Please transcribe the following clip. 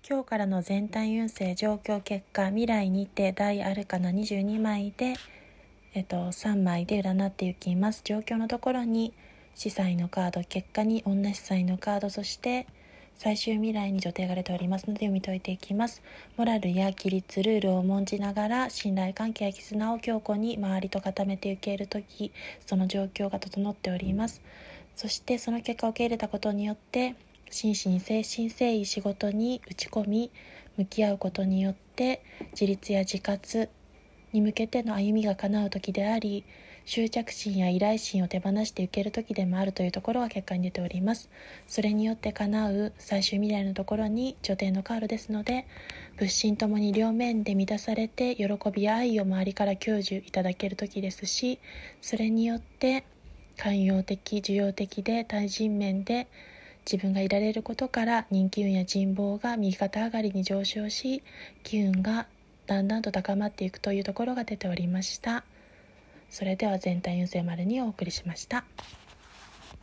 今日からの全体運勢状況結果、未来にて大アルカナ22枚で、3枚で占っていきます。状況のところに司祭のカード、結果に女司祭のカード、そして最終未来に女帝が出ておりますので読み解いていきます。モラルや規律、ルールを重んじながら信頼関係や絆を強固に周りと固めていけるとき、その状況が整っております。そしてその結果を受け入れたことによって真摯に誠心誠意仕事に打ち込み向き合うことによって自立や自活に向けての歩みが叶う時であり、執着心や依頼心を手放していける時でもあるというところが結果に出ております。それによって叶う最終未来のところに女帝のカードですので、物心ともに両面で満たされて喜びや愛を周りから享受いただける時ですし、それによって寛容的、需要的で対人面で自分がいられることから人気運や人望が右肩上がりに上昇し、機運がだんだんと高まっていくというところが出ておりました。それでは全体運勢丸にお送りしました。